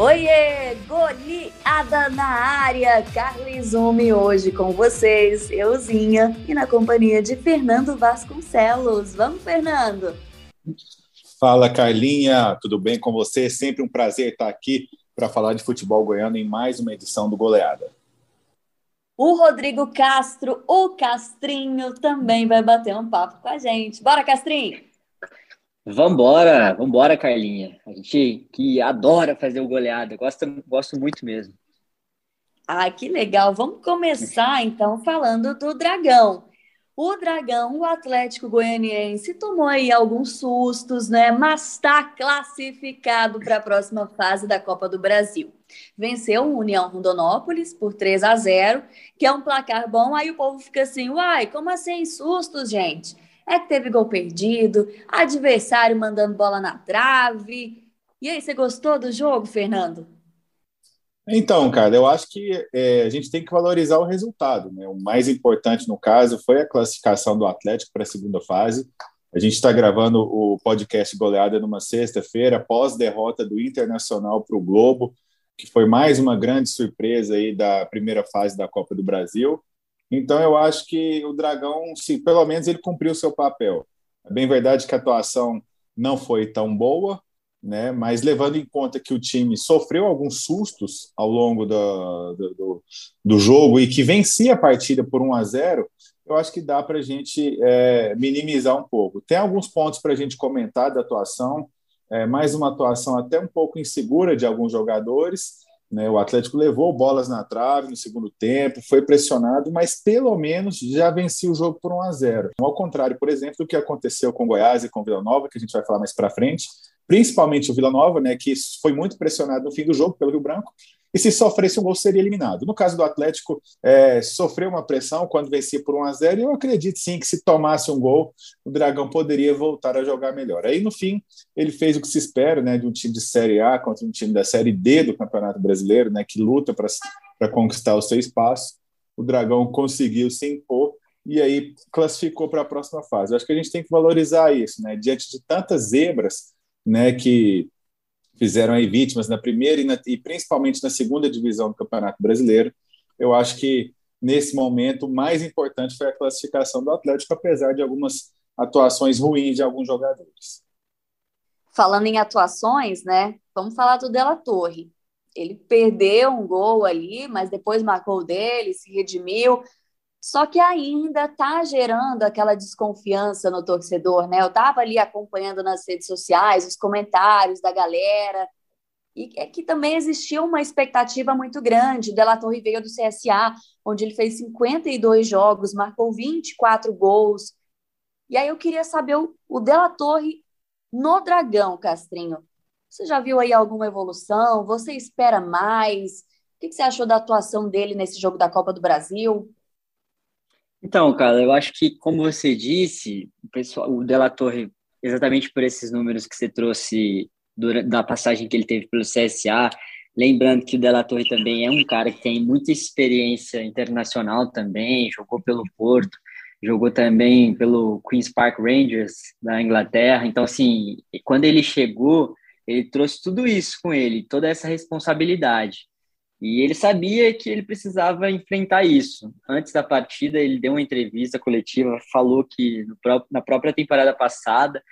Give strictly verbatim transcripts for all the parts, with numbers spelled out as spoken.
Oiê, goleada na área, Carlos Ume hoje com vocês, euzinha, e na companhia de Fernando Vasconcelos. Vamos, Fernando? Fala, Carlinha, tudo bem com você? Sempre um prazer estar aqui para falar de futebol goiano em mais uma edição do Goleada. O Rodrigo Castro, o Castrinho, também vai bater um papo com a gente. Bora, Castrinho! Vambora, vambora, Carlinha. A gente que adora fazer o Goleada, gosta, gosto muito mesmo. Ah, que legal. Vamos começar, então, falando do Dragão. O Dragão, o Atlético Goianiense, tomou aí alguns sustos, né? Mas está classificado para a próxima fase da Copa do Brasil. Venceu o União Rondonópolis por três a zero, que é um placar bom. Aí o povo fica assim, uai, como assim sustos, gente? É que teve gol perdido, adversário mandando bola na trave. E aí, você gostou do jogo, Fernando? Então, cara, eu acho que é, a gente tem que valorizar o resultado, né? O mais importante, no caso, foi a classificação do Atlético para a segunda fase. A gente está gravando o podcast Goleada numa sexta-feira, após derrota do Internacional para o Globo, que foi mais uma grande surpresa aí da primeira fase da Copa do Brasil. Então, eu acho que o Dragão, se, pelo menos, ele cumpriu o seu papel. É bem verdade que a atuação não foi tão boa, né? Mas levando em conta que o time sofreu alguns sustos ao longo do, do, do jogo e que vencia a partida por um a zero, eu acho que dá para a gente é, minimizar um pouco. Tem alguns pontos para a gente comentar da atuação, é, mais uma atuação até um pouco insegura de alguns jogadores, né? O Atlético levou bolas na trave no segundo tempo, foi pressionado, mas pelo menos já vencia o jogo por um a zero. Ao contrário, por exemplo, do que aconteceu com Goiás e com Vila Nova, que a gente vai falar mais para frente, principalmente o Vila Nova, né, que foi muito pressionado no fim do jogo pelo Rio Branco, e se sofresse um gol seria eliminado. No caso do Atlético, é, sofreu uma pressão quando vencia por um a zero, e eu acredito sim que se tomasse um gol, o Dragão poderia voltar a jogar melhor. Aí no fim, ele fez o que se espera, né, de um time de Série A contra um time da Série D do Campeonato Brasileiro, né, que luta para conquistar o seu espaço. O Dragão conseguiu se impor e aí classificou para a próxima fase. Eu acho que a gente tem que valorizar isso, né, diante de tantas zebras, né, que fizeram aí vítimas na primeira e, na, e principalmente na segunda divisão do Campeonato Brasileiro. Eu acho que, nesse momento, o mais importante foi a classificação do Atlético, apesar de algumas atuações ruins de alguns jogadores. Falando em atuações, né, vamos falar do Della Torre. Ele perdeu um gol ali, mas depois marcou o dele, se redimiu. Só que ainda está gerando aquela desconfiança no torcedor, né? Eu estava ali acompanhando nas redes sociais, os comentários da galera, e é que também existia uma expectativa muito grande. O Della Torre veio do C S A, onde ele fez cinquenta e dois jogos, marcou vinte e quatro gols. E aí eu queria saber o, o Della Torre no Dragão, Castrinho. Você já viu aí alguma evolução? Você espera mais? O que, que você achou da atuação dele nesse jogo da Copa do Brasil? Então, cara, eu acho que, como você disse, o pessoal, o Della Torre, exatamente por esses números que você trouxe durante, da passagem que ele teve pelo C S A, lembrando que o Della Torre também é um cara que tem muita experiência internacional também, jogou pelo Porto, jogou também pelo Queen's Park Rangers da Inglaterra. Então, assim, quando ele chegou, ele trouxe tudo isso com ele, toda essa responsabilidade. E ele sabia que ele precisava enfrentar isso. Antes da partida, ele deu uma entrevista coletiva, falou que no pró- na própria temporada passada,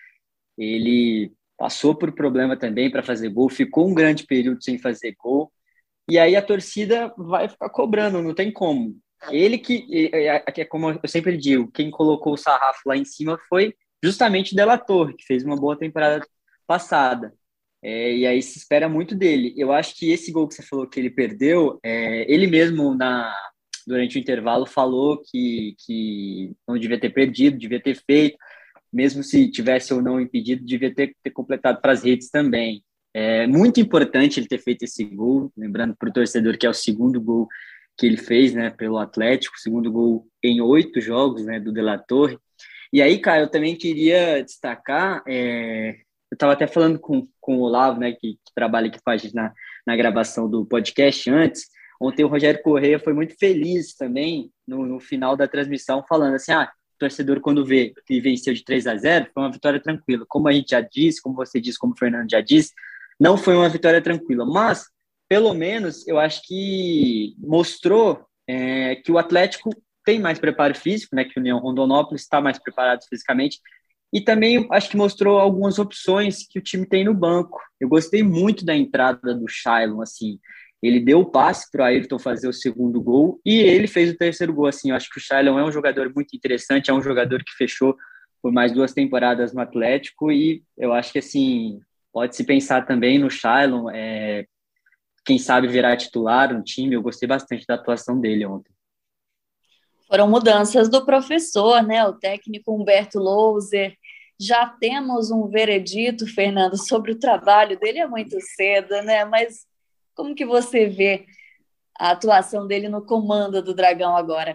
ele passou por problema também para fazer gol, ficou um grande período sem fazer gol, e aí a torcida vai ficar cobrando, não tem como. Ele que, é, é como eu sempre digo, quem colocou o sarrafo lá em cima foi justamente o Della Torre, que fez uma boa temporada passada. É, e aí se espera muito dele. Eu acho que esse gol que você falou que ele perdeu, é, ele mesmo na, durante o intervalo falou que, que não devia ter perdido, devia ter feito, mesmo se tivesse ou não impedido, devia ter, ter completado para as redes também. É muito importante ele ter feito esse gol, lembrando para o torcedor que é o segundo gol que ele fez, né, pelo Atlético, segundo gol em oito jogos, né, do Della Torre. E aí, cara, eu também queria destacar... É, eu estava até falando com, com o Olavo, né, que, que trabalha aqui com a gente na, na gravação do podcast antes. Ontem o Rogério Corrêa foi muito feliz também no, no final da transmissão, falando assim, ah, o torcedor quando vê que venceu de três a zero, foi uma vitória tranquila. Como a gente já disse, como você disse, como o Fernando já disse, não foi uma vitória tranquila, mas pelo menos, eu acho que mostrou é, que o Atlético tem mais preparo físico, né, que o União Rondonópolis está mais preparado fisicamente, e também acho que mostrou algumas opções que o time tem no banco. Eu gostei muito da entrada do Shailon, assim, ele deu o passe para o Ayrton fazer o segundo gol e ele fez o terceiro gol, assim, eu acho que o Shailon é um jogador muito interessante, é um jogador que fechou por mais duas temporadas no Atlético e eu acho que, assim, pode-se pensar também no Shailon, é, quem sabe virar titular no time. Eu gostei bastante da atuação dele ontem. Foram mudanças do professor, né? O técnico Humberto Louser. Já temos um veredito, Fernando, sobre o trabalho dele, é muito cedo, né? Mas como que você vê a atuação dele no comando do Dragão agora?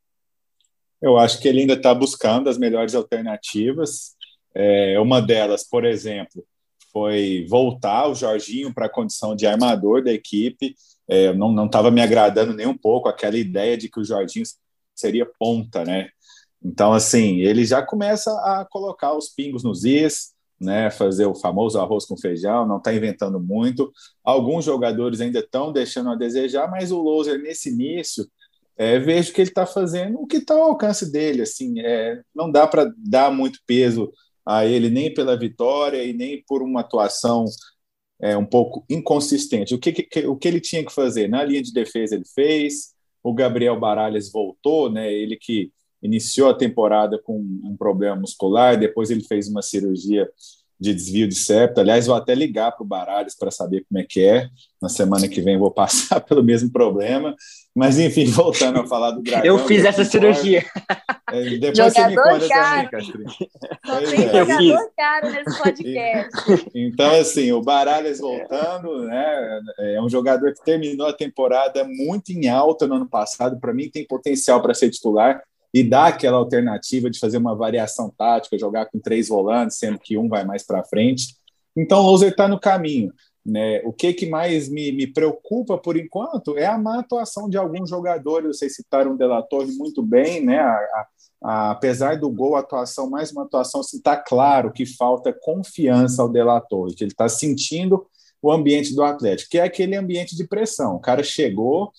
Eu acho que ele ainda está buscando as melhores alternativas. É, uma delas, por exemplo, foi voltar o Jorginho para a condição de armador da equipe. É, não estava me agradando nem um pouco aquela ideia de que o Jorginho seria ponta, né? Então, assim, ele já começa a colocar os pingos nos is, né? Fazer o famoso arroz com feijão, não está inventando muito. Alguns jogadores ainda estão deixando a desejar, mas o Louser, nesse início, é, vejo que ele está fazendo o que está ao alcance dele. Assim, é, não dá para dar muito peso a ele nem pela vitória e nem por uma atuação é, um pouco inconsistente. O que, que, o que ele tinha que fazer? Na linha de defesa ele fez, o Gabriel Baralhas voltou, né? Ele que iniciou a temporada com um problema muscular, depois ele fez uma cirurgia de desvio de septo. Aliás, vou até ligar para o Baralhas para saber como é que é. Na semana que vem vou passar pelo mesmo problema. Mas, enfim, voltando a falar do Dragão... Eu fiz essa cirurgia. É, depois jogador você me conta caro. também, Castrinho. Só tem é. jogador caro nesse podcast. Então, assim, o Baralhas voltando, né? É um jogador que terminou a temporada muito em alta no ano passado. Para mim, tem potencial para ser titular e dar aquela alternativa de fazer uma variação tática, jogar com três volantes, sendo que um vai mais para frente. Então, o Louser está no caminho. Né? O que, que mais me, me preocupa, por enquanto, é a má atuação de alguns jogadores. Vocês citaram o De La Torre muito bem, né? A, a, a, apesar do gol, a atuação, mais uma atuação, está claro que falta confiança ao De La Torre, que ele está sentindo o ambiente do Atlético, que é aquele ambiente de pressão. O cara chegou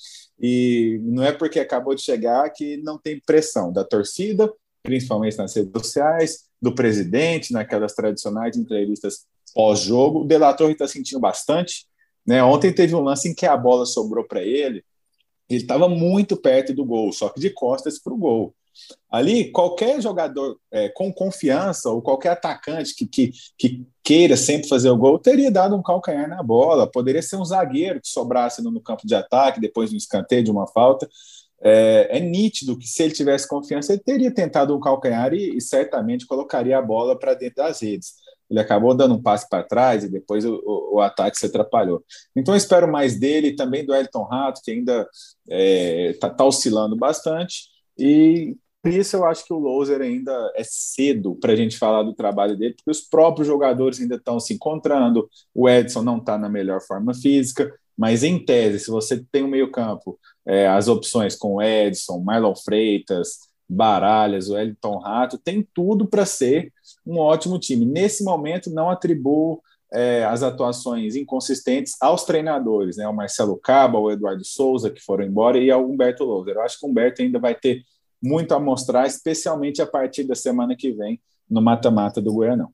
e não é porque acabou de chegar que não tem pressão da torcida, principalmente nas redes sociais, do presidente, naquelas tradicionais entrevistas pós-jogo. O De La Torre está sentindo bastante. Né? Ontem teve um lance em que a bola sobrou para ele, ele estava muito perto do gol, só que de costas para o gol. Ali, qualquer jogador é, com confiança ou qualquer atacante que, que, que queira sempre fazer o gol teria dado um calcanhar na bola. Poderia ser um zagueiro que sobrasse no campo de ataque depois de um escanteio, de uma falta. É, é nítido que se ele tivesse confiança, ele teria tentado um calcanhar e, e certamente colocaria a bola para dentro das redes. Ele acabou dando um passe para trás e depois o, o, o ataque se atrapalhou. Então eu espero mais dele, também do Elton Rato, que ainda está é, tá, tá oscilando bastante. E por isso eu acho que o Louser ainda é cedo para a gente falar do trabalho dele, porque os próprios jogadores ainda estão se encontrando, o Edson não está na melhor forma física, mas em tese, se você tem um meio campo, é, as opções com o Edson, Marlon Freitas, Baralhas, o Elton Rato, tem tudo para ser um ótimo time. Nesse momento, não atribuo é, as atuações inconsistentes aos treinadores, né? O Marcelo Caba, o Eduardo Souza, que foram embora, e ao Humberto Louser. Eu acho que o Humberto ainda vai ter muito a mostrar, especialmente a partir da semana que vem, no mata-mata do Goianão.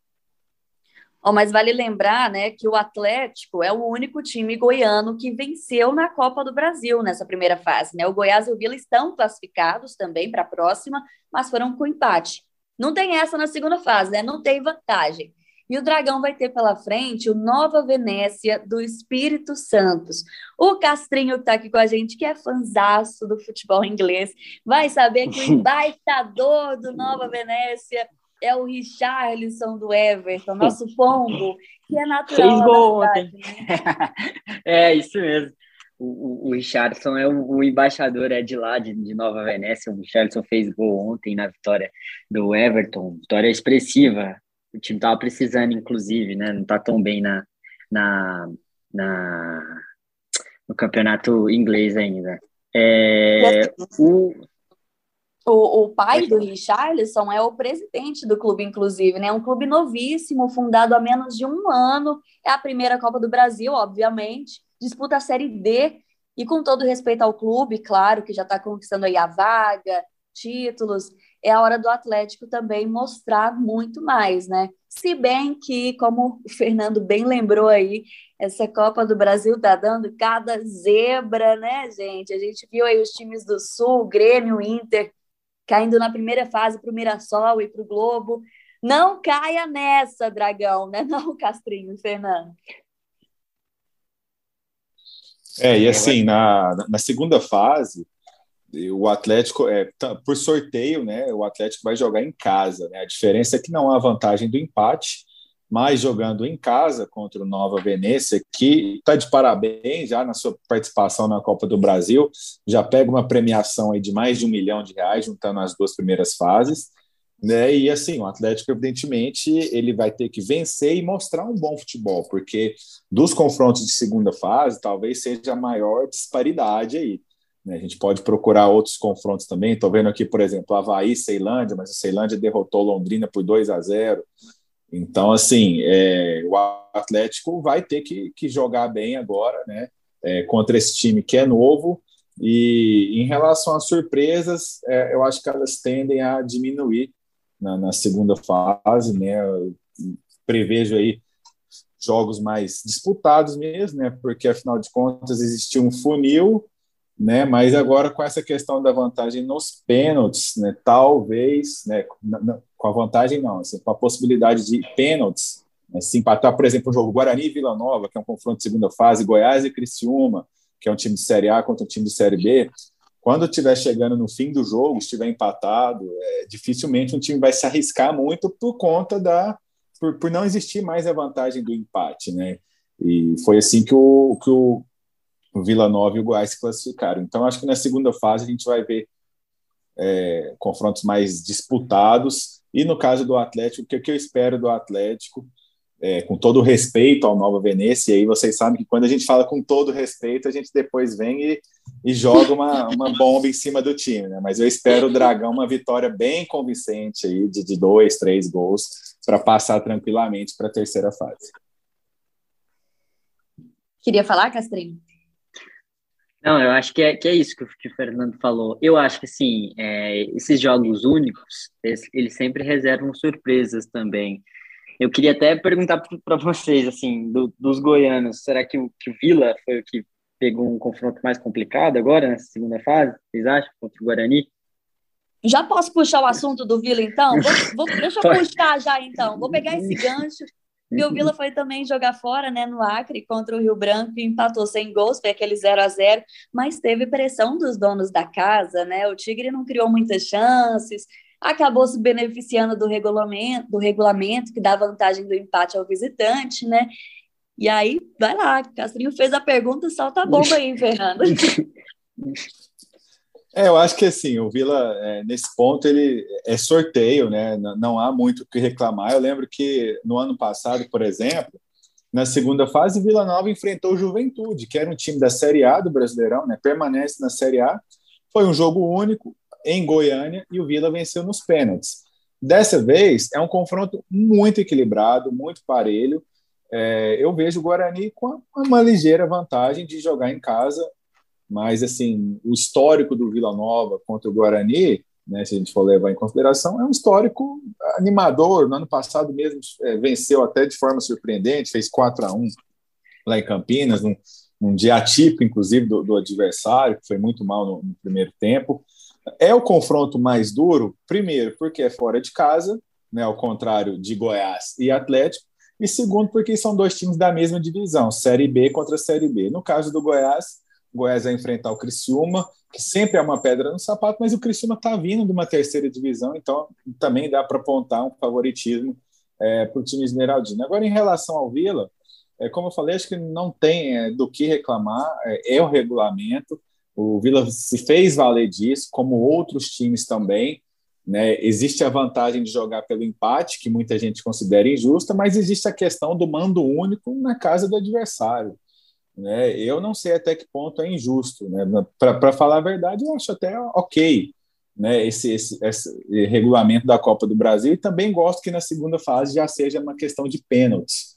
Oh, mas vale lembrar, né, que o Atlético é o único time goiano que venceu na Copa do Brasil nessa primeira fase. Né? O Goiás e o Vila estão classificados também para a próxima, mas foram com empate. Não tem essa na segunda fase, né? Não tem vantagem. E o Dragão vai ter pela frente o Nova Venécia do Espírito Santo. O Castrinho que está aqui com a gente, que é fanzaço do futebol inglês, vai saber que o embaixador do Nova Venécia é o Richarlison do Everton, nosso pombo, que é natural. Fez gol ontem. Né? É, isso mesmo. O, o, o Richarlison é o, o embaixador é de lá, de, de Nova Venécia. O Richarlison fez gol ontem na vitória do Everton, vitória expressiva. O time estava precisando, inclusive, né? Não está tão bem na, na, na, no campeonato inglês ainda. É, o... O, o pai do Richarlison é o presidente do clube, inclusive, né? Um clube novíssimo, fundado há menos de um ano. É a primeira Copa do Brasil, obviamente. disputa a Série D, e com todo respeito ao clube, claro, que já está conquistando aí a vaga, títulos, é a hora do Atlético também mostrar muito mais, né? Se bem que, como o Fernando bem lembrou aí, essa Copa do Brasil tá dando cada zebra, né, gente? A gente viu aí os times do Sul, Grêmio, Inter, caindo na primeira fase para o Mirassol e para o Globo. Não caia nessa, Dragão, né? Não, Castrinho, Fernando. É, e assim, na, na segunda fase, o Atlético, é, por sorteio, né, o Atlético vai jogar em casa, né? A diferença é que não há vantagem do empate, mas jogando em casa contra o Nova Venécia, que está de parabéns já na sua participação na Copa do Brasil, já pega uma premiação aí de mais de um milhão de reais, juntando as duas primeiras fases, né? E assim, o Atlético, evidentemente, ele vai ter que vencer e mostrar um bom futebol, porque dos confrontos de segunda fase, talvez seja a maior disparidade aí. A gente pode procurar outros confrontos também. Estou vendo aqui, por exemplo, Avaí, Ceilândia, mas a Ceilândia derrotou Londrina por dois a zero. Então, assim, é, o Atlético vai ter que, que jogar bem agora, né, é, contra esse time que é novo. E em relação às surpresas, é, eu acho que elas tendem a diminuir na, na segunda fase, né? Eu prevejo aí jogos mais disputados mesmo, né? Porque afinal de contas existiu um funil, né? Mas agora com essa questão da vantagem nos pênaltis, né? Talvez, né? Com a vantagem não, assim, com a possibilidade de pênaltis, né? Se empatar, por exemplo, o jogo Guarani e Vila Nova, que é um confronto de segunda fase, Goiás e Criciúma, que é um time de Série A contra um time de Série B, quando estiver chegando no fim do jogo, estiver empatado, é, dificilmente um time vai se arriscar muito por conta da por, por não existir mais a vantagem do empate, né? E foi assim que o, que o o Vila Nova e o Goiás se classificaram. Então, acho que na segunda fase a gente vai ver é, confrontos mais disputados. E no caso do Atlético, o que, que eu espero do Atlético, é, com todo respeito ao Nova Venécia, e aí vocês sabem que quando a gente fala com todo respeito, a gente depois vem e, e joga uma, uma bomba em cima do time, né? Mas eu espero o Dragão uma vitória bem convincente aí, de, de dois, três gols, para passar tranquilamente para a terceira fase. Queria falar, Castrinho? Não, eu acho que é, que é isso que o, que o Fernando falou. Eu acho que, assim, é, esses jogos únicos, eles, eles sempre reservam surpresas também. Eu queria até perguntar para vocês, assim, do, dos goianos, será que o, que o Vila foi o que pegou um confronto mais complicado agora, nessa segunda fase? Vocês acham, contra o Guarani? Já posso puxar o assunto do Vila, então? Vou, vou, deixa eu puxar já, então. Vou pegar esse gancho. E o Vila foi também jogar fora, né, no Acre, contra o Rio Branco, e empatou sem gols, foi aquele zero a zero, mas teve pressão dos donos da casa, né? O Tigre não criou muitas chances, acabou se beneficiando do regulamento, do regulamento que dá vantagem do empate ao visitante, né? E aí, vai lá, Castrinho fez a pergunta, solta a bomba aí, Fernando. É, eu acho que assim, o Vila, é, nesse ponto, ele é sorteio, né? Não, não há muito o que reclamar. Eu lembro que no ano passado, por exemplo, na segunda fase, Vila Nova enfrentou o Juventude, que era um time da Série A do Brasileirão, né? Permanece na Série A. Foi um jogo único em Goiânia e o Vila venceu nos pênaltis. Dessa vez, é um confronto muito equilibrado, muito parelho. É, eu vejo o Guarani com uma ligeira vantagem de jogar em casa. Mas, assim, o histórico do Vila Nova contra o Guarani, né, se a gente for levar em consideração, é um histórico animador. No ano passado mesmo é, venceu até de forma surpreendente, fez quatro a um lá em Campinas, num, num dia atípico, inclusive, do, do adversário, que foi muito mal no, no primeiro tempo. É o confronto mais duro, primeiro, porque é fora de casa, né, ao contrário de Goiás e Atlético, e segundo, porque são dois times da mesma divisão, Série B contra Série B. No caso do Goiás, o Goiás vai enfrentar o Criciúma, que sempre é uma pedra no sapato, mas o Criciúma está vindo de uma terceira divisão, então também dá para apontar um favoritismo é, para o time esmeraldino. Agora, em relação ao Vila, é, como eu falei, acho que não tem é, do que reclamar, é, é o regulamento, o Vila se fez valer disso, como outros times também, né? Existe a vantagem de jogar pelo empate, que muita gente considera injusta, mas existe a questão do mando único na casa do adversário. Né? Eu não sei até que ponto é injusto, né? Para falar a verdade, eu acho até ok, né? esse, esse, esse regulamento da Copa do Brasil, e também gosto que na segunda fase já seja uma questão de pênaltis,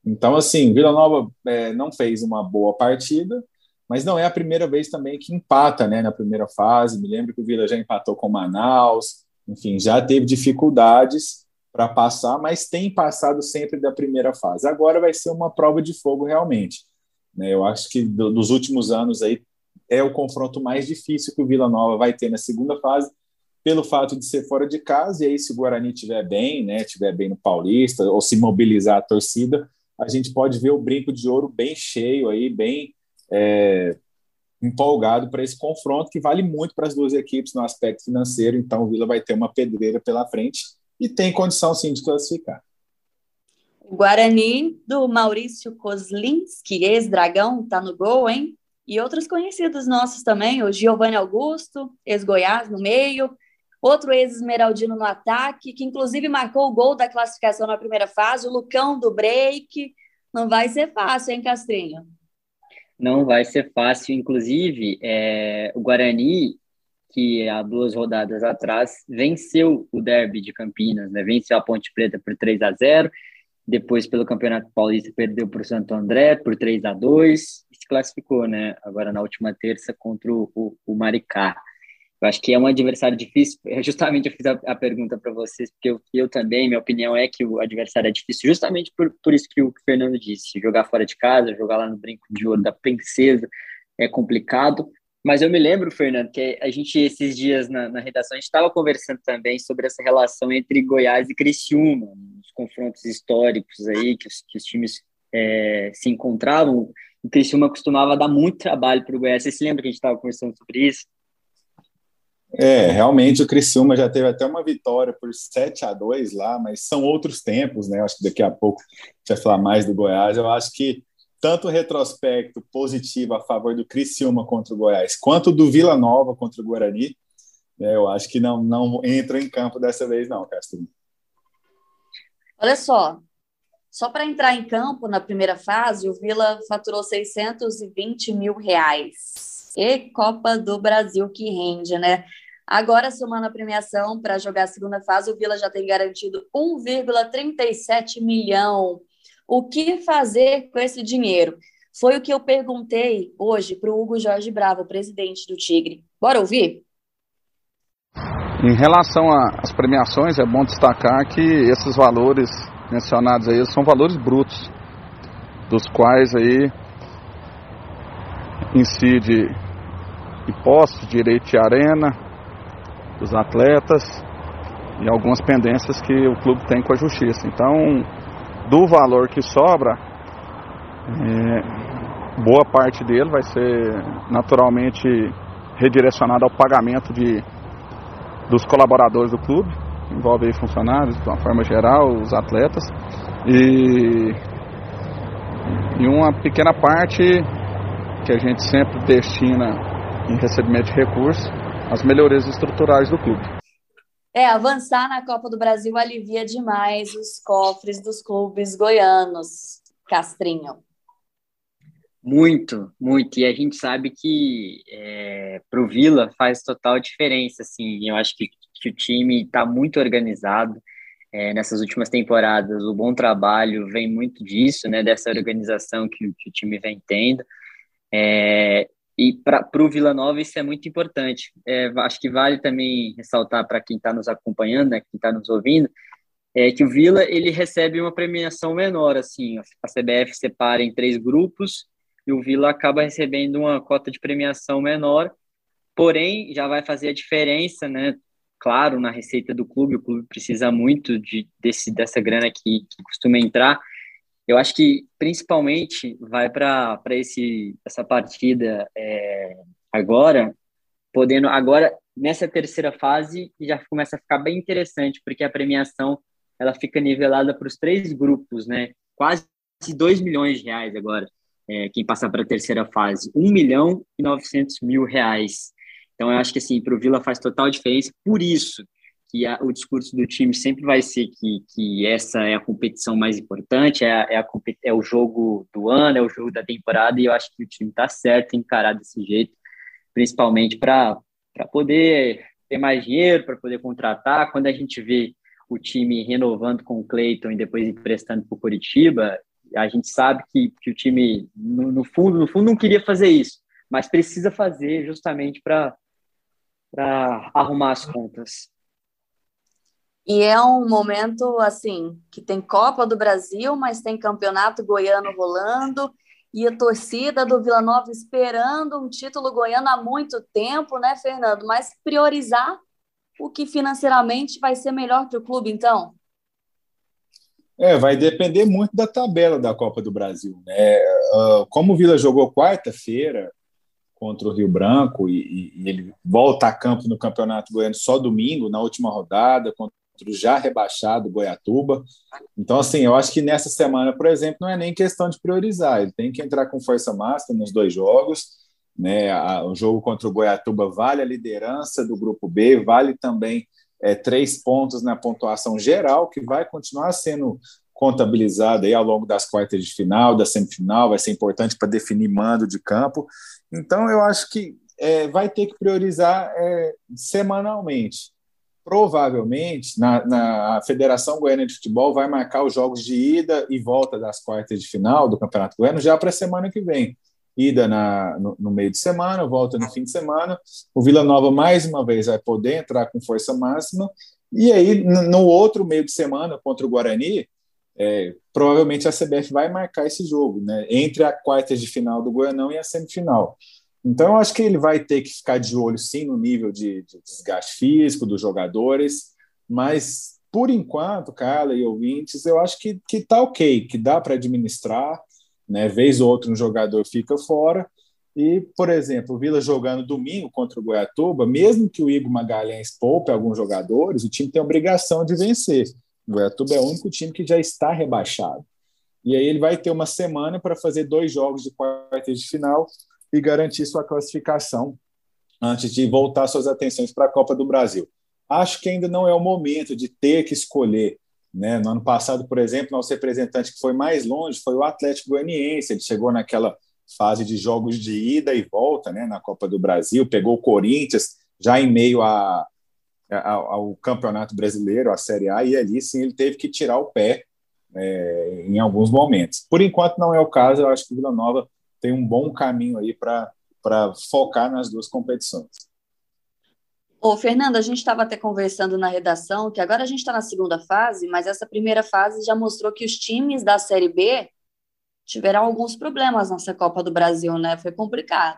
Então, assim, Vila Nova é, não fez uma boa partida, mas não é a primeira vez também que empata, né, na primeira fase. Me lembro que o Vila já empatou com o Manaus, enfim, já teve dificuldades para passar, mas tem passado sempre da primeira fase. Agora vai ser uma prova de fogo realmente, né? Eu acho que do, dos últimos anos aí é o confronto mais difícil que o Vila Nova vai ter na segunda fase, pelo fato de ser fora de casa, e aí se o Guarani estiver bem, né, estiver bem no Paulista, ou se mobilizar a torcida, a gente pode ver o brinco de ouro bem cheio aí, bem é, empolgado para esse confronto, que vale muito para as duas equipes no aspecto financeiro. Então o Vila vai ter uma pedreira pela frente e tem condição sim de classificar. O Guarani do Maurício Kozlinski, ex-Dragão, está no gol, hein? E outros conhecidos nossos também, o Giovanni Augusto, ex-Goiás no meio, outro ex-Esmeraldino no ataque, que inclusive marcou o gol da classificação na primeira fase, o Lucão do break. Não vai ser fácil, hein, Castrinho? Não vai ser fácil, inclusive, é, o Guarani, que há duas rodadas atrás venceu o Derby de Campinas, né? Venceu a Ponte Preta por três a zero, depois pelo Campeonato Paulista perdeu para o Santo André por três a dois e se classificou, né? Agora na última terça contra o, o, o Maricá. Eu acho que é um adversário difícil. Justamente eu fiz a, a pergunta para vocês, porque eu, eu também, minha opinião é que o adversário é difícil, justamente por, por isso que o, que o Fernando disse. Jogar fora de casa, jogar lá no Brinco de Ouro da Princesa é complicado. Mas eu me lembro, Fernando, que a gente, esses dias na, na redação, a gente estava conversando também sobre essa relação entre Goiás e Criciúma, os confrontos históricos aí, que os, que os times é, se encontravam. O Criciúma costumava dar muito trabalho para o Goiás. Você se lembra que a gente estava conversando sobre isso? É, realmente o Criciúma já teve até uma vitória por sete a dois lá, mas são outros tempos, né? Eu acho que daqui a pouco a gente vai falar mais do Goiás. Eu acho que tanto o retrospecto positivo a favor do Criciúma contra o Goiás, quanto do Vila Nova contra o Guarani, né, eu acho que não, não entra em campo dessa vez não, Castro. Olha só, só para entrar em campo na primeira fase, o Vila faturou seiscentos e vinte mil reais. E Copa do Brasil que rende, né? Agora, somando a premiação para jogar a segunda fase, o Vila já tem garantido um vírgula trinta e sete milhão. O que fazer com esse dinheiro? Foi o que eu perguntei hoje para o Hugo Jorge Bravo, presidente do Tigre. Bora ouvir? Em relação às premiações, é bom destacar que esses valores mencionados aí são valores brutos, dos quais aí incide impostos, direito de arena dos atletas e algumas pendências que o clube tem com a justiça. Então, do valor que sobra, é, boa parte dele vai ser naturalmente redirecionado ao pagamento de, dos colaboradores do clube, que envolve aí funcionários, de uma forma geral, os atletas, e, e uma pequena parte que a gente sempre destina em recebimento de recursos, as melhorias estruturais do clube. É, avançar na Copa do Brasil alivia demais os cofres dos clubes goianos, Castrinho. Muito, muito. E a gente sabe que é, para o Vila faz total diferença. Assim, eu acho que, que o time está muito organizado. É, nessas últimas temporadas, o bom trabalho vem muito disso, né, dessa organização que, que o time vem tendo. É, e para o Vila Nova isso é muito importante. É, acho que vale também ressaltar para quem está nos acompanhando, né, quem está nos ouvindo, é que o Vila ele recebe uma premiação menor. Assim, a C B F separa em três grupos e o Vila acaba recebendo uma cota de premiação menor, porém já vai fazer a diferença, né? Claro, na receita do clube, o clube precisa muito de, desse, dessa grana que, que costuma entrar. Eu acho que principalmente vai para essa partida é, agora, podendo agora nessa terceira fase já começa a ficar bem interessante, porque a premiação ela fica nivelada para os três grupos, né? Quase dois milhões de reais agora, é, quem passar para a terceira fase, um milhão e novecentos mil reais. Então eu acho que assim, para o Vila faz total diferença, por isso que a, o discurso do time sempre vai ser que, que essa é a competição mais importante, é, a, é, a, é o jogo do ano, é o jogo da temporada, e eu acho que o time está certo em encarar desse jeito, principalmente para poder ter mais dinheiro, para poder contratar. Quando a gente vê o time renovando com o Cleiton e depois emprestando para o Coritiba, A gente sabe que, que o time, no, no fundo, no fundo, não queria fazer isso, mas precisa fazer justamente para arrumar as contas. E é um momento, assim, que tem Copa do Brasil, mas tem Campeonato Goiano rolando, e a torcida do Vila Nova esperando um título goiano há muito tempo, né, Fernando? Mas priorizar o que financeiramente vai ser melhor para o clube, então? É, vai depender muito da tabela da Copa do Brasil, né? Uh, como o Vila jogou quarta-feira contra o Rio Branco e, e ele volta a campo no Campeonato Goiano só domingo, na última rodada, contra o já rebaixado Goiatuba. Então, assim, eu acho que nessa semana, por exemplo, não é nem questão de priorizar, ele tem que entrar com força máxima nos dois jogos, né? O jogo contra o Goiatuba vale a liderança do Grupo B, vale também é, três pontos na pontuação geral, que vai continuar sendo contabilizada aí ao longo das quartas de final, da semifinal, vai ser importante para definir mando de campo. Então, eu acho que é, vai ter que priorizar é, semanalmente. Provavelmente, na, na a Federação Goiana de Futebol vai marcar os jogos de ida e volta das quartas de final do Campeonato Goiano já para a semana que vem. Ida na, no, no meio de semana, volta no fim de semana. O Vila Nova, mais uma vez, vai poder entrar com força máxima. E aí, no, no outro meio de semana, contra o Guarani, é, provavelmente a C B F vai marcar esse jogo, né, entre a quartas de final do Goianão e a semifinal. Então, eu acho que ele vai ter que ficar de olho, sim, no nível de, de desgaste físico dos jogadores, mas, por enquanto, Carla e ouvintes, eu acho que está ok, que dá para administrar, né? Vez ou outra um jogador fica fora, e, por exemplo, o Vila jogando domingo contra o Goiatuba, mesmo que o Igor Magalhães poupe alguns jogadores, o time tem a obrigação de vencer. O Goiatuba é o único time que já está rebaixado. E aí ele vai ter uma semana para fazer dois jogos de quartas de final e garantir sua classificação antes de voltar suas atenções para a Copa do Brasil. Acho que ainda não é o momento de ter que escolher, né? No ano passado, por exemplo, nosso representante que foi mais longe foi o Atlético Goianiense. Ele chegou naquela fase de jogos de ida e volta, né, na Copa do Brasil, pegou o Corinthians já em meio a, a, ao Campeonato Brasileiro, a Série A, e ali sim ele teve que tirar o pé é, em alguns momentos. Por enquanto não é o caso, eu acho que o Vila Nova tem um bom caminho aí para focar nas duas competições. Ô, Fernando, a gente estava até conversando na redação que agora a gente está na segunda fase, mas essa primeira fase já mostrou que os times da Série B tiveram alguns problemas nessa Copa do Brasil, né? Foi complicado.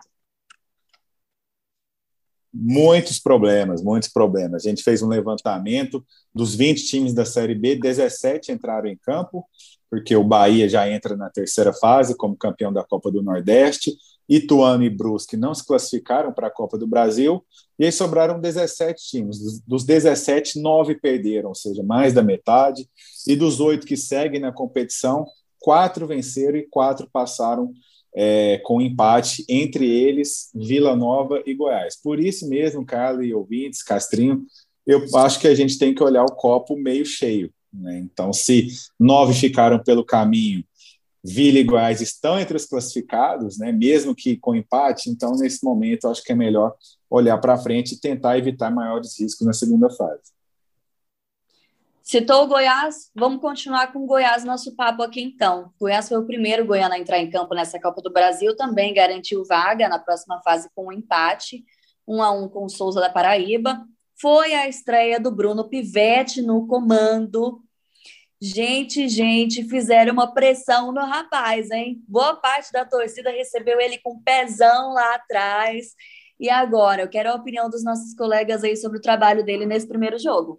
Muitos problemas, muitos problemas. A gente fez um levantamento dos vinte times da Série B, dezessete entraram em campo, porque o Bahia já entra na terceira fase como campeão da Copa do Nordeste, Ituano e Brusque não se classificaram para a Copa do Brasil, e aí sobraram dezessete times. Dos dezessete, nove perderam, ou seja, mais da metade, e dos oito que seguem na competição, quatro venceram e quatro passaram é, com empate, entre eles Vila Nova e Goiás. Por isso mesmo, Carlos e ouvintes, Castrinho, eu acho que a gente tem que olhar o copo meio cheio, né? Então, se nove ficaram pelo caminho, Vila e Goiás estão entre os classificados, né? Mesmo que com empate, então nesse momento eu acho que é melhor olhar para frente e tentar evitar maiores riscos na segunda fase. Citou o Goiás, vamos continuar com o Goiás, nosso papo aqui então. O Goiás foi o primeiro goiano a entrar em campo nessa Copa do Brasil, também garantiu vaga na próxima fase com um empate, um a um com o Souza da Paraíba. Foi a estreia do Bruno Pivetti no comando. Gente, gente, fizeram uma pressão no rapaz, hein? Boa parte da torcida recebeu ele com pezão lá atrás. E agora, eu quero a opinião dos nossos colegas aí sobre o trabalho dele nesse primeiro jogo.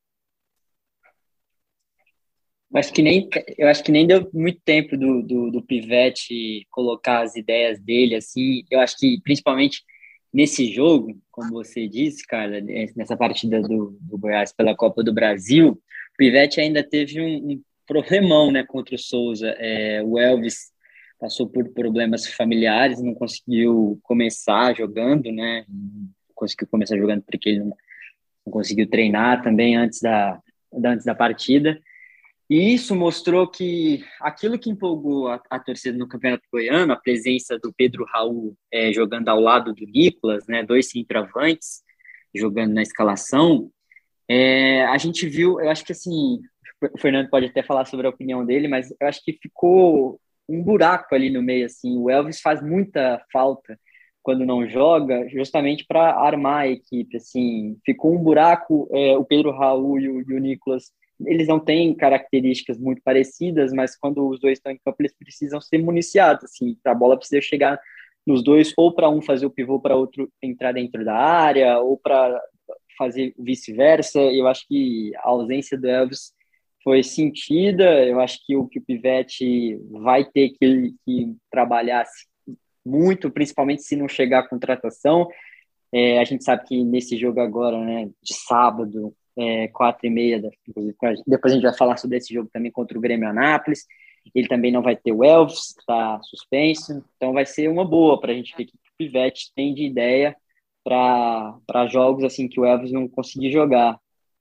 Eu acho que nem, eu acho que nem deu muito tempo do, do, do Pivetti colocar as ideias dele, assim. Eu acho que, principalmente nesse jogo, como você disse, Carla, nessa partida do, do Goiás pela Copa do Brasil, o Pivetti ainda teve um, um problemão, né, contra o Souza. É, o Elvis passou por problemas familiares, não conseguiu começar jogando, né? Não conseguiu começar jogando porque ele não, não conseguiu treinar também antes da, antes da partida. E isso mostrou que aquilo que empolgou a, a torcida no Campeonato Goiano, a presença do Pedro Raul é, jogando ao lado do Nicolas, né, dois centroavantes jogando na escalação, é, a gente viu, eu acho que assim, o Fernando pode até falar sobre a opinião dele, mas eu acho que ficou um buraco ali no meio, assim. O Elvis faz muita falta quando não joga, justamente para armar a equipe, assim. Ficou um buraco, é, o Pedro Raul e o, e o Nicolas, eles não têm características muito parecidas, mas quando os dois estão em campo, eles precisam ser municiados, assim. A bola precisa chegar nos dois, ou para um fazer o pivô, para outro entrar dentro da área, ou para fazer vice-versa. Eu acho que a ausência do Elvis foi sentida. Eu acho que o, que o Pivete vai ter que, que trabalhar muito, principalmente se não chegar a contratação. É, a gente sabe que nesse jogo agora, né, de sábado, é, quatro e meia, da, depois a gente vai falar sobre esse jogo também contra o Grêmio Anápolis, ele também não vai ter o Elvis, está suspenso, então vai ser uma boa para a gente ver o que o Pivete tem de ideia para jogos assim que o Elvis não conseguir jogar.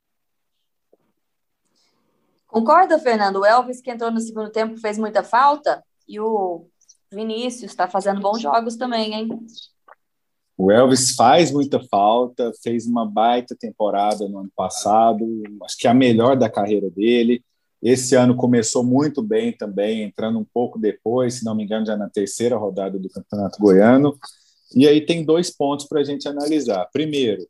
Concorda, Fernando? O Elvis, que entrou no segundo tempo, fez muita falta, e o Vinícius está fazendo bons jogos também, hein? O Elvis faz muita falta, fez uma baita temporada no ano passado, acho que é a melhor da carreira dele. Esse ano começou muito bem também, entrando um pouco depois, se não me engano, já na terceira rodada do Campeonato Goiano. E aí tem dois pontos para a gente analisar. Primeiro,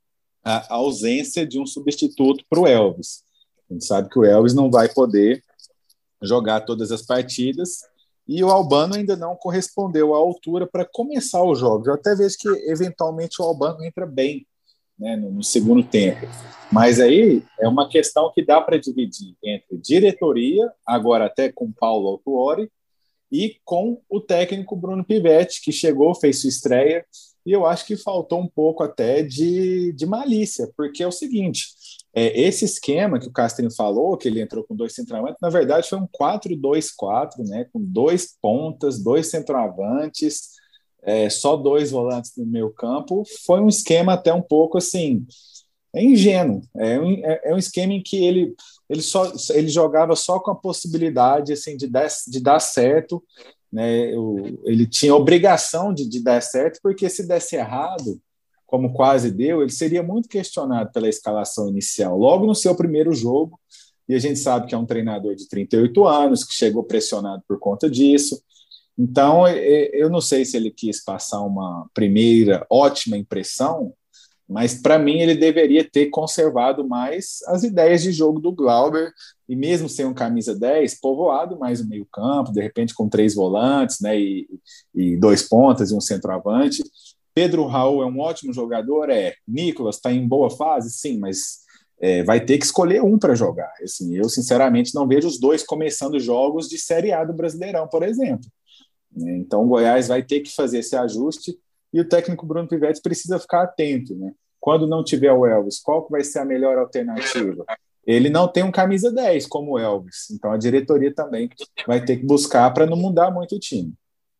a ausência de um substituto para o Elvis. A gente sabe que o Elvis não vai poder jogar todas as partidas e o Albano ainda não correspondeu à altura para começar os jogos. Eu até vejo que, eventualmente, o Albano entra bem, né, no, no segundo tempo. Mas aí é uma questão que dá para dividir entre diretoria, agora até com Paulo Autuori, e com o técnico Bruno Pivete, que chegou, fez sua estreia, e eu acho que faltou um pouco até de, de malícia, porque é o seguinte, é, esse esquema que o Castrinho falou, que ele entrou com dois centroavantes, na verdade foi um quatro dois quatro, né, com dois pontas, dois centroavantes, é, só dois volantes no meio campo. Foi um esquema até um pouco assim, é ingênuo, é um, é, é um esquema em que ele, ele, só, ele jogava só com a possibilidade assim, de, dar, de dar certo, né? O, ele tinha obrigação de, de dar certo, porque se desse errado, como quase deu, ele seria muito questionado pela escalação inicial, logo no seu primeiro jogo, e a gente sabe que é um treinador de trinta e oito anos, que chegou pressionado por conta disso. Então, eu não sei se ele quis passar uma primeira ótima impressão, mas para mim ele deveria ter conservado mais as ideias de jogo do Glauber, e mesmo sem um camisa dez, povoado mais o meio campo, de repente com três volantes, né, e, e dois pontas e um centroavante. Pedro Raul é um ótimo jogador, é. Nicolas está em boa fase, sim, mas é, vai ter que escolher um para jogar. Assim, eu, sinceramente, não vejo os dois começando jogos de Série A do Brasileirão, por exemplo. Então o Goiás vai ter que fazer esse ajuste, e o técnico Bruno Pivete precisa ficar atento, né? Quando não tiver o Elvis, qual que vai ser a melhor alternativa? Ele não tem um camisa dez como o Elvis, então a diretoria também vai ter que buscar para não mudar muito o time.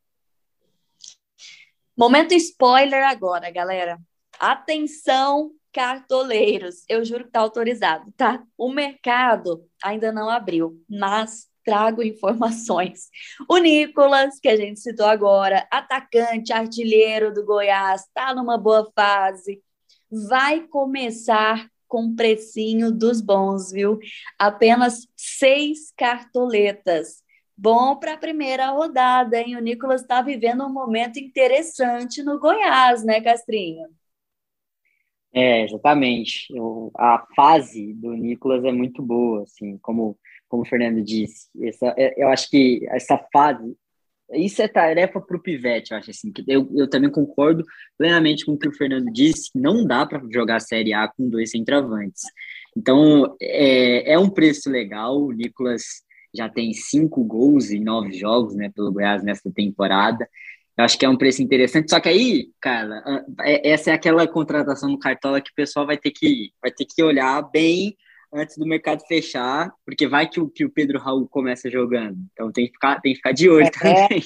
Momento spoiler agora, galera. Atenção, cartoleiros. Eu juro que tá autorizado, tá? O mercado ainda não abriu, mas trago informações. O Nicolas, que a gente citou agora, atacante, artilheiro do Goiás, tá numa boa fase, vai começar com precinho dos bons, viu? Apenas seis cartoletas. Bom para a primeira rodada, hein? O Nicolas está vivendo um momento interessante no Goiás, né, Castrinho? É, exatamente. Eu, a fase do Nicolas é muito boa, assim, como, como o Fernando disse. Essa, eu acho que essa fase, isso é tarefa para o Pivete, eu acho assim. Que eu, eu também concordo plenamente com o que o Fernando disse, que não dá para jogar a Série A com dois centroavantes. Então, é, é um preço legal. O Nicolas já tem cinco gols em nove jogos, né, pelo Goiás nesta temporada. Eu acho que é um preço interessante. Só que aí, cara, essa é aquela contratação no Cartola que o pessoal vai ter que, vai ter que olhar bem antes do mercado fechar, porque vai que o, que o Pedro Raul começa jogando. Então tem que ficar, tem que ficar de olho é. também.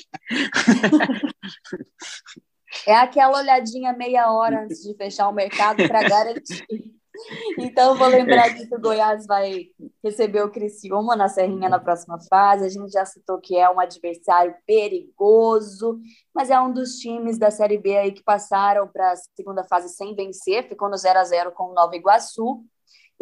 É aquela olhadinha meia hora antes de fechar o mercado para garantir. Então, vou lembrar aqui que o Goiás vai receber o Criciúma na Serrinha na próxima fase. A gente já citou que é um adversário perigoso, mas é um dos times da Série B aí que passaram para a segunda fase sem vencer, ficou no zero a zero com o Nova Iguaçu.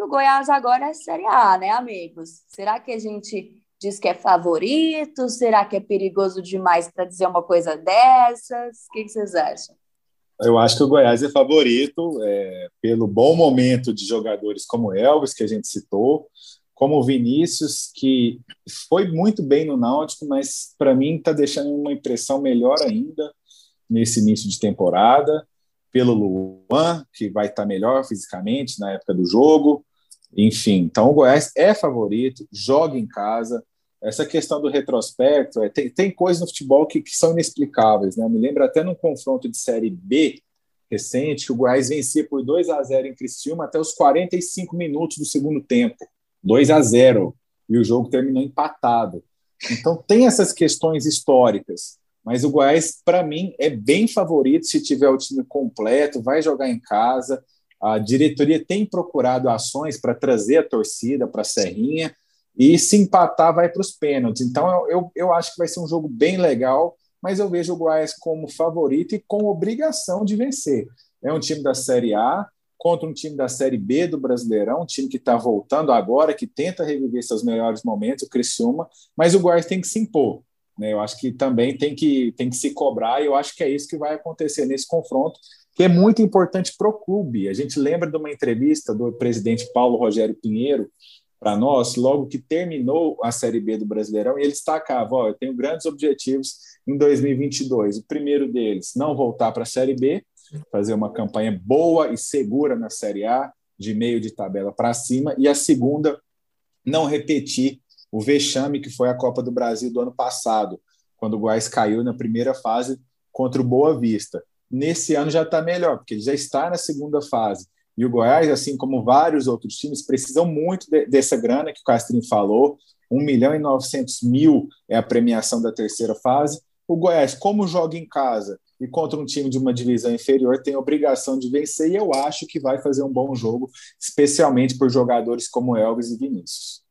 que o Goiás agora é Série A, né, amigos? Será que a gente diz que é favorito? Será que é perigoso demais para dizer uma coisa dessas? O que vocês acham? Eu acho que o Goiás é favorito é, pelo bom momento de jogadores como Elvis, que a gente citou, como o Vinícius, que foi muito bem no Náutico, mas para mim está deixando uma impressão melhor ainda nesse início de temporada, pelo Luan, que vai estar melhor fisicamente na época do jogo. Enfim, então o Goiás é favorito, joga em casa. Essa questão do retrospecto, é, tem, tem coisas no futebol que, que são inexplicáveis, né? Eu me lembro até num confronto de Série B recente, que o Goiás vencia por dois a zero em Criciúma até os quarenta e cinco minutos do segundo tempo. dois a zero. E o jogo terminou empatado. Então tem essas questões históricas, mas o Goiás, para mim, é bem favorito se tiver o time completo, vai jogar em casa. A diretoria tem procurado ações para trazer a torcida para a Serrinha, e se empatar vai para os pênaltis. Então eu, eu, eu acho que vai ser um jogo bem legal, mas eu vejo o Goiás como favorito e com obrigação de vencer. É um time da Série A contra um time da Série B do Brasileirão, um time que está voltando agora, que tenta reviver seus melhores momentos, o Criciúma, mas o Goiás tem que se impor, né? Eu acho que também tem que, tem que se cobrar, e eu acho que é isso que vai acontecer nesse confronto, que é muito importante para o clube. A gente lembra de uma entrevista do presidente Paulo Rogério Pinheiro para nós, logo que terminou a Série B do Brasileirão, e ele destacava: ó, eu tenho grandes objetivos em dois mil e vinte e dois. O primeiro deles, não voltar para a Série B, fazer uma campanha boa e segura na Série A, de meio de tabela para cima, e a segunda, não repetir o vexame que foi a Copa do Brasil do ano passado, quando o Goiás caiu na primeira fase contra o Boa Vista. Nesse ano já está melhor, porque ele já está na segunda fase. E o Goiás, assim como vários outros times, precisam muito de, dessa grana que o Castrinho falou. um milhão e novecentos mil é a premiação da terceira fase. O Goiás, como joga em casa e contra um time de uma divisão inferior, tem a obrigação de vencer, e eu acho que vai fazer um bom jogo, especialmente por jogadores como Elvis e Vinícius.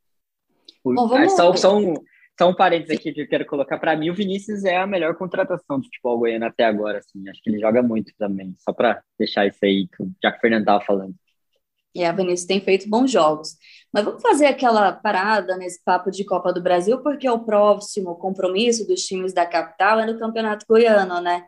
Bom, vamos... só, só, um, só um parênteses aqui que eu quero colocar. Para mim, o Vinícius é a melhor contratação do futebol goiano até agora. Assim. Acho que ele joga muito também, só para deixar isso aí, já que o Fernando estava falando. E a Vinícius tem feito bons jogos. Mas vamos fazer aquela parada nesse papo de Copa do Brasil, porque o próximo compromisso dos times da capital é no Campeonato Goiano, né?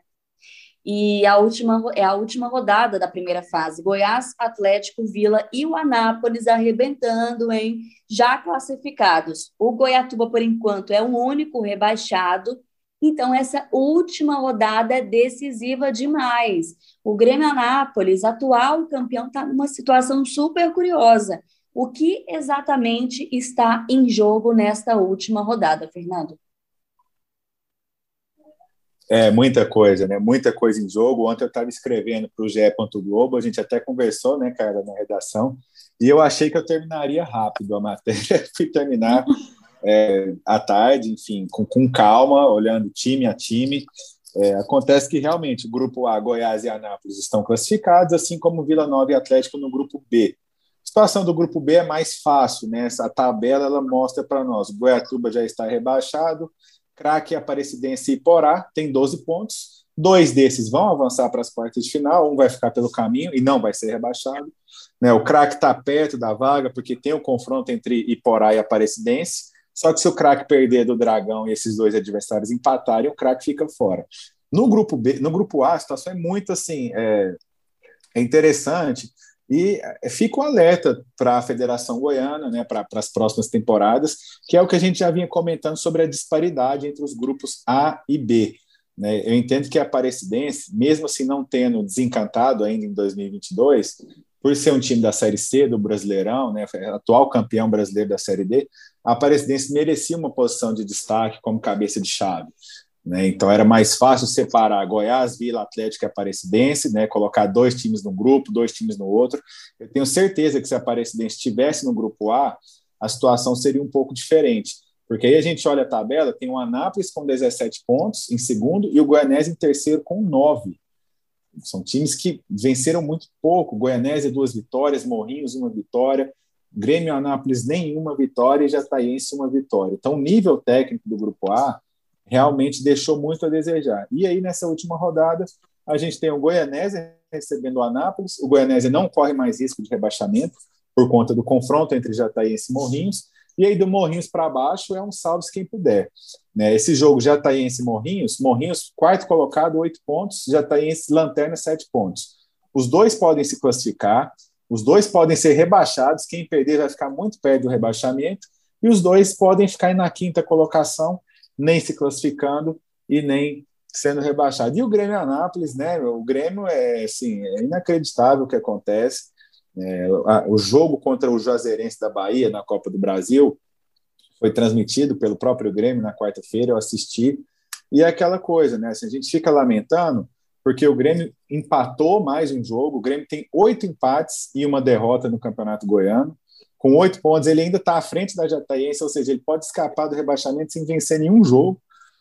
E a última, é a última rodada da primeira fase. Goiás, Atlético, Vila e o Anápolis arrebentando, hein? Já classificados. O Goiatuba, por enquanto, é o único rebaixado. Então, essa última rodada é decisiva demais. O Grêmio Anápolis, atual campeão, está numa situação super curiosa. O que exatamente está em jogo nesta última rodada, Fernando? É, muita coisa, né? Muita coisa em jogo. Ontem eu estava escrevendo para o G E. Globo, a gente até conversou, né, cara, na redação, e eu achei que eu terminaria rápido a matéria. Fui terminar é, à tarde, enfim, com, com calma, olhando time a time. É, acontece que realmente o grupo A, Goiás e Anápolis, estão classificados, assim como Vila Nova e Atlético no grupo B. A situação do grupo B é mais fácil, né? Essa tabela ela mostra para nós: o Goiatuba já está rebaixado, Craque, Aparecidense e Iporá tem doze pontos. Dois desses vão avançar para as quartas de final, um vai ficar pelo caminho e não vai ser rebaixado. Né? O Craque está perto da vaga porque tem o confronto entre Iporá e Aparecidense. Só que se o Craque perder do Dragão e esses dois adversários empatarem, o Craque fica fora. No grupo B, no grupo A, a situação é muito assim, é, é interessante. E fica um alerta para a Federação Goiana, né, para as próximas temporadas, que é o que a gente já vinha comentando sobre a disparidade entre os grupos A e B. Né? Eu entendo que a Aparecidense, mesmo assim não tendo desencantado ainda em dois mil e vinte e dois, por ser um time da Série C do Brasileirão, né, atual campeão brasileiro da Série D, a Aparecidense merecia uma posição de destaque como cabeça de chave. Né? Então era mais fácil separar Goiás, Vila, Atlético e Aparecidense, né? Colocar dois times num grupo, dois times no outro. Eu tenho certeza que se a Aparecidense estivesse no grupo A, a situação seria um pouco diferente, porque aí a gente olha a tabela, tem o Anápolis com dezessete pontos em segundo e o Goianésia em terceiro com nove. São times que venceram muito pouco. Goianésia, duas vitórias, Morrinhos, uma vitória, Grêmio Anápolis, nenhuma vitória, e Jataiense, uma vitória. Então o nível técnico do grupo A realmente deixou muito a desejar. E aí, nessa última rodada, a gente tem o Goianésia recebendo o Anápolis. O Goianésia não corre mais risco de rebaixamento, por conta do confronto entre Jataiense e Morrinhos, e aí do Morrinhos para baixo é um salve-se quem puder. Né? Esse jogo Jataiense e Morrinhos, Morrinhos quarto colocado, oito pontos, Jataiense lanterna, sete pontos. Os dois podem se classificar, os dois podem ser rebaixados, quem perder vai ficar muito perto do rebaixamento, e os dois podem ficar na quinta colocação, nem se classificando e nem sendo rebaixado. E o Grêmio Anápolis, né? O Grêmio é, assim, é inacreditável o que acontece. É, a, o jogo contra o Juazeirense da Bahia na Copa do Brasil foi transmitido pelo próprio Grêmio na quarta-feira, eu assisti, e é aquela coisa, né? Assim, a gente fica lamentando porque o Grêmio empatou mais um jogo, o Grêmio tem oito empates e uma derrota no Campeonato Goiano. Com oito pontos, ele ainda está à frente da Jataiense, ou seja, ele pode escapar do rebaixamento sem vencer nenhum jogo.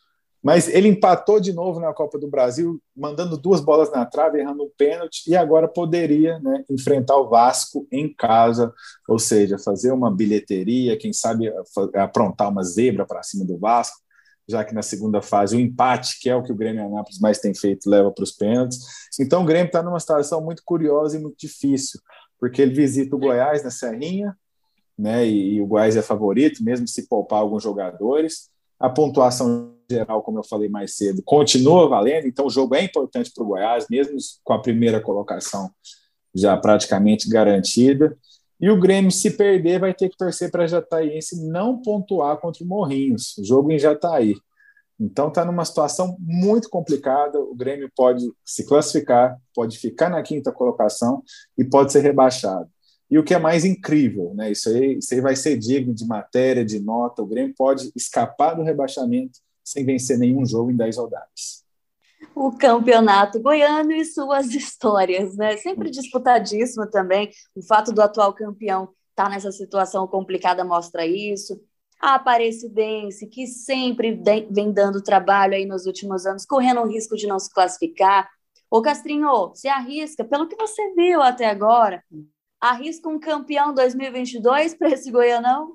Mas ele empatou de novo na Copa do Brasil, mandando duas bolas na trave, errando um pênalti, e agora poderia, né, enfrentar o Vasco em casa, ou seja, fazer uma bilheteria, quem sabe aprontar uma zebra para cima do Vasco, já que na segunda fase o empate, que é o que o Grêmio Anápolis mais tem feito, leva para os pênaltis. Então o Grêmio está numa situação muito curiosa e muito difícil, porque ele visita o Goiás na Serrinha, né, e, e o Goiás é favorito, mesmo se poupar alguns jogadores. A pontuação geral, como eu falei mais cedo, continua valendo, então o jogo é importante para o Goiás, mesmo com a primeira colocação já praticamente garantida. E o Grêmio, se perder, vai ter que torcer para a Jataiense não pontuar contra o Morrinhos, o jogo em Jataí. Então está numa situação muito complicada, o Grêmio pode se classificar, pode ficar na quinta colocação e pode ser rebaixado. E o que é mais incrível, né? Isso aí, isso aí vai ser digno de matéria, de nota. O Grêmio pode escapar do rebaixamento sem vencer nenhum jogo em dez rodadas. O campeonato goiano e suas histórias, né? Sempre disputadíssimo também. O fato do atual campeão estar nessa situação complicada mostra isso. A Aparecidense, que sempre vem dando trabalho aí nos últimos anos, correndo o risco de não se classificar. Ô Castrinho, você arrisca, pelo que você viu até agora, arrisca um campeão dois mil e vinte e dois para esse Goianão?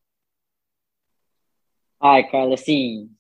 Ai, Carla, assim,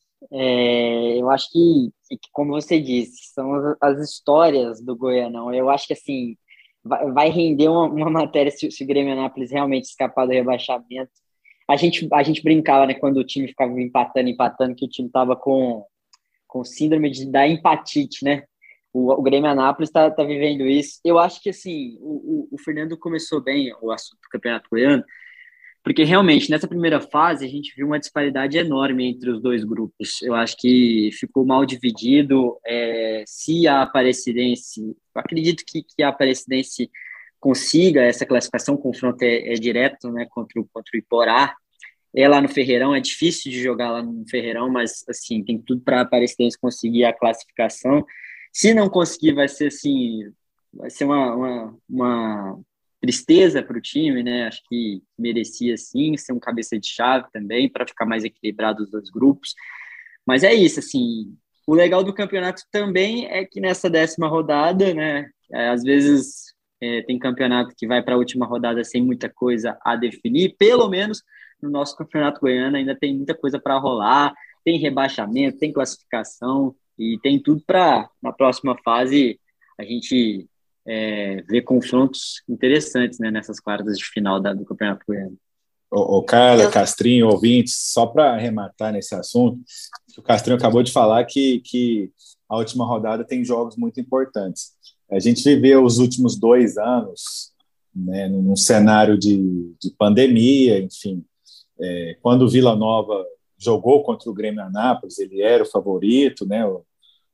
é, eu acho que, que, como você disse, são as, as histórias do Goianão. Eu acho que, assim, vai, vai render uma, uma matéria se, se o Grêmio Anápolis realmente escapar do rebaixamento. A gente, a gente brincava, né, quando o time ficava empatando, empatando, que o time estava com, com síndrome de, da empatite, né? O, o Grêmio Anápolis está tá vivendo isso. Eu acho que, assim, o, o, o Fernando começou bem o assunto do Campeonato Goiano, porque, realmente, nessa primeira fase, a gente viu uma disparidade enorme entre os dois grupos. Eu acho que ficou mal dividido. É, se a Aparecidense... Eu acredito que, que a Aparecidense consiga essa classificação, o confronto é, é direto, né, contra o, contra o Iporá. É lá no Ferreirão, é difícil de jogar lá no Ferreirão, mas, assim, tem tudo para a Aparecidense conseguir a classificação. Se não conseguir, vai ser assim, vai ser uma, uma, uma tristeza para o time, né? Acho que merecia sim ser um cabeça de chave também, para ficar mais equilibrado os dois grupos. Mas é isso, assim, o legal do campeonato também é que nessa décima rodada, né? É, às vezes é, tem campeonato que vai para a última rodada sem muita coisa a definir, pelo menos no nosso campeonato goiano ainda tem muita coisa para rolar, tem rebaixamento, tem classificação, e tem tudo para, na próxima fase, a gente é, ver confrontos interessantes, né, nessas quartas de final da, do Campeonato Goiano. O, o Carla, Castrinho, ouvintes, só para arrematar nesse assunto, o Castrinho acabou de falar que, que a última rodada tem jogos muito importantes. A gente viveu os últimos dois anos, né, num cenário de, de pandemia, enfim. É, quando o Vila Nova jogou contra o Grêmio Anápolis, ele era o favorito, né? O,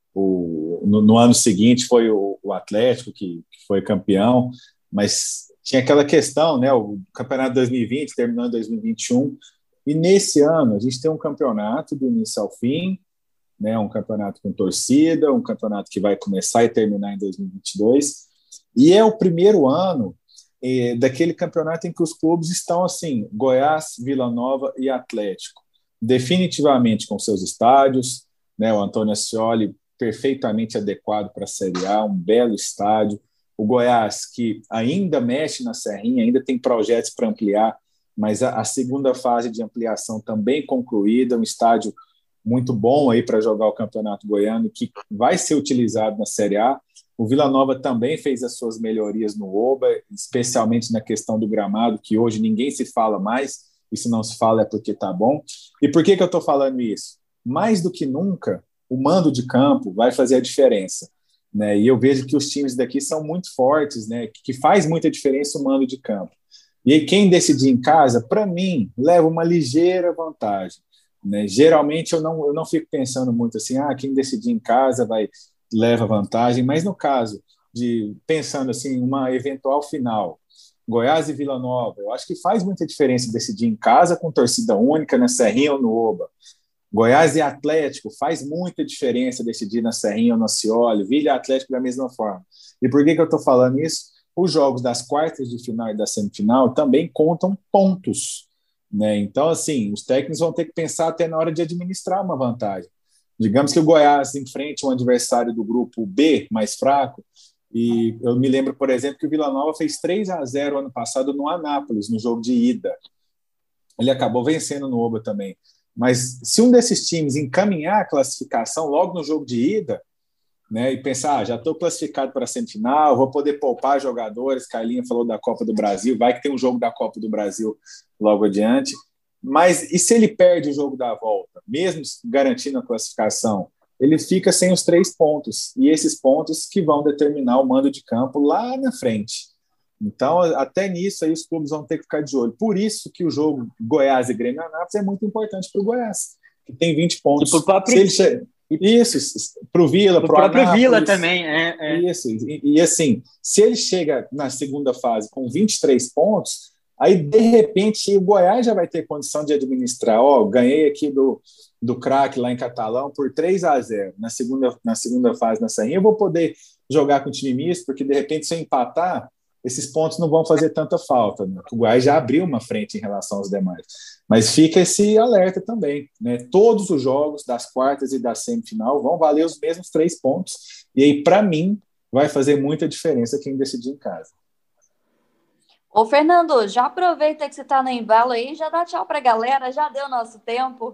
o, no, no ano seguinte foi o, o Atlético que, que foi campeão, mas tinha aquela questão, né? O campeonato de dois mil e vinte terminou em dois mil e vinte e um, e nesse ano a gente tem um campeonato do início ao fim, né? Um campeonato com torcida, um campeonato que vai começar e terminar em dois mil e vinte e dois, e é o primeiro ano eh, daquele campeonato em que os clubes estão assim, Goiás, Vila Nova e Atlético, definitivamente com seus estádios, né? O Antônio Ascioli perfeitamente adequado para a Série A, um belo estádio. O Goiás, que ainda mexe na Serrinha, ainda tem projetos para ampliar, mas a, a segunda fase de ampliação também concluída, um estádio muito bom aí para jogar o Campeonato Goiano, que vai ser utilizado na Série A. O Vila Nova também fez as suas melhorias no Oba, especialmente na questão do gramado, que hoje ninguém se fala mais, e se não se fala é porque está bom. E por que, que eu estou falando isso? Mais do que nunca, o mando de campo vai fazer a diferença, né? E eu vejo que os times daqui são muito fortes, né? Que faz muita diferença o mando de campo. E aí, quem decidir em casa, para mim, leva uma ligeira vantagem, né? Geralmente eu não, eu não fico pensando muito assim, ah, quem decidir em casa vai leva vantagem, mas no caso de, pensando assim, uma eventual final, Goiás e Vila Nova, eu acho que faz muita diferença decidir em casa com torcida única, na Serrinha ou no Oba. Goiás e Atlético, faz muita diferença decidir na Serrinha ou no Cioli, Vila e Atlético da mesma forma. E por que, que eu estou falando isso? Os jogos das quartas de final e da semifinal também contam pontos, né? Então, assim, os técnicos vão ter que pensar até na hora de administrar uma vantagem. Digamos que o Goiás enfrente um adversário do grupo B, mais fraco, e eu me lembro, por exemplo, que o Vila Nova fez três a zero ano passado no Anápolis, no jogo de ida. Ele acabou vencendo no Oba também. Mas se um desses times encaminhar a classificação logo no jogo de ida, né, e pensar, ah, já estou classificado para a semifinal, vou poder poupar jogadores, Carlinha falou da Copa do Brasil, vai que tem um jogo da Copa do Brasil logo adiante. Mas e se ele perde o jogo da volta, mesmo garantindo a classificação, ele fica sem os três pontos, e esses pontos que vão determinar o mando de campo lá na frente. Então, até nisso aí os clubes vão ter que ficar de olho. Por isso que o jogo Goiás e Grêmio Anápolis é muito importante para o Goiás, que tem vinte pontos. E próprio... se ele che... Isso, para o Vila, para o próprio Anápolis, Vila também. É, é. Isso, e, e assim, se ele chega na segunda fase com vinte e três pontos, aí, de repente, o Goiás já vai ter condição de administrar. Ó, oh, ganhei aqui do, do craque lá em Catalão por três a zero. Na segunda, na segunda fase, na Serrinha, eu vou poder jogar com o time misto, porque, de repente, se eu empatar, esses pontos não vão fazer tanta falta, né? O Goiás já abriu uma frente em relação aos demais. Mas fica esse alerta também, né? Todos os jogos das quartas e da semifinal vão valer os mesmos três pontos. E aí, para mim, vai fazer muita diferença quem decidir em casa. Ô, Fernando, já aproveita que você está no embalo aí, já dá tchau para a galera, já deu nosso tempo.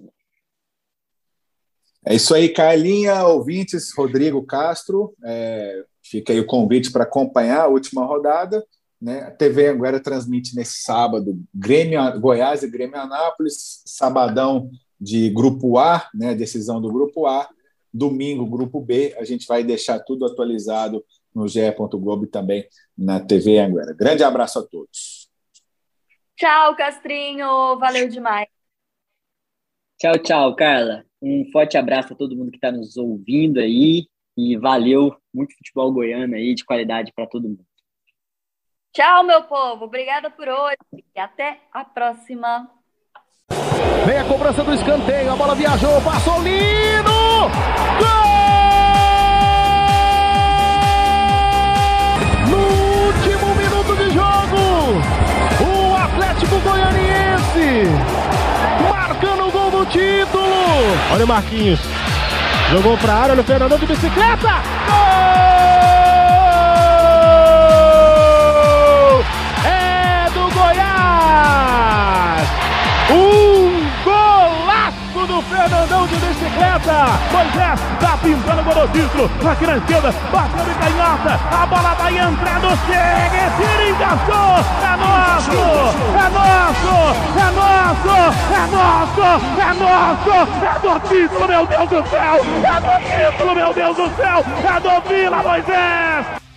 É isso aí, Carlinha, ouvintes, Rodrigo Castro, é, fica aí o convite para acompanhar a última rodada, né? A T V Anguera transmite nesse sábado Grêmio, Goiás e Grêmio Anápolis, sabadão de Grupo A, né? Decisão do Grupo A, domingo Grupo B, a gente vai deixar tudo atualizado no G E. Globo e também na T V Anguera. Grande abraço a todos. Tchau, Castrinho. Valeu demais. Tchau, tchau, Carla. Um forte abraço a todo mundo que está nos ouvindo aí e valeu muito futebol goiano aí, de qualidade para todo mundo. Tchau, meu povo. Obrigada por hoje e até a próxima. Vem a cobrança do escanteio, a bola viajou, passou lindo! Gol! O Atlético Goianiense marcando o gol do título. Olha o Marquinhos, jogou para a área, olha o Fernandão de bicicleta. Gol! É do Goiás. Um golaço do Fernandão de bicicleta. Moisés tá pintando o gol do título. Aqui na esquerda, bateu de canhota. A bola vai entrando, chega, tira, encaixou. É nosso, é nosso, é nosso, é nosso, é nosso. É do título, meu Deus do céu. É do título, meu Deus do céu. É do Vila, Moisés.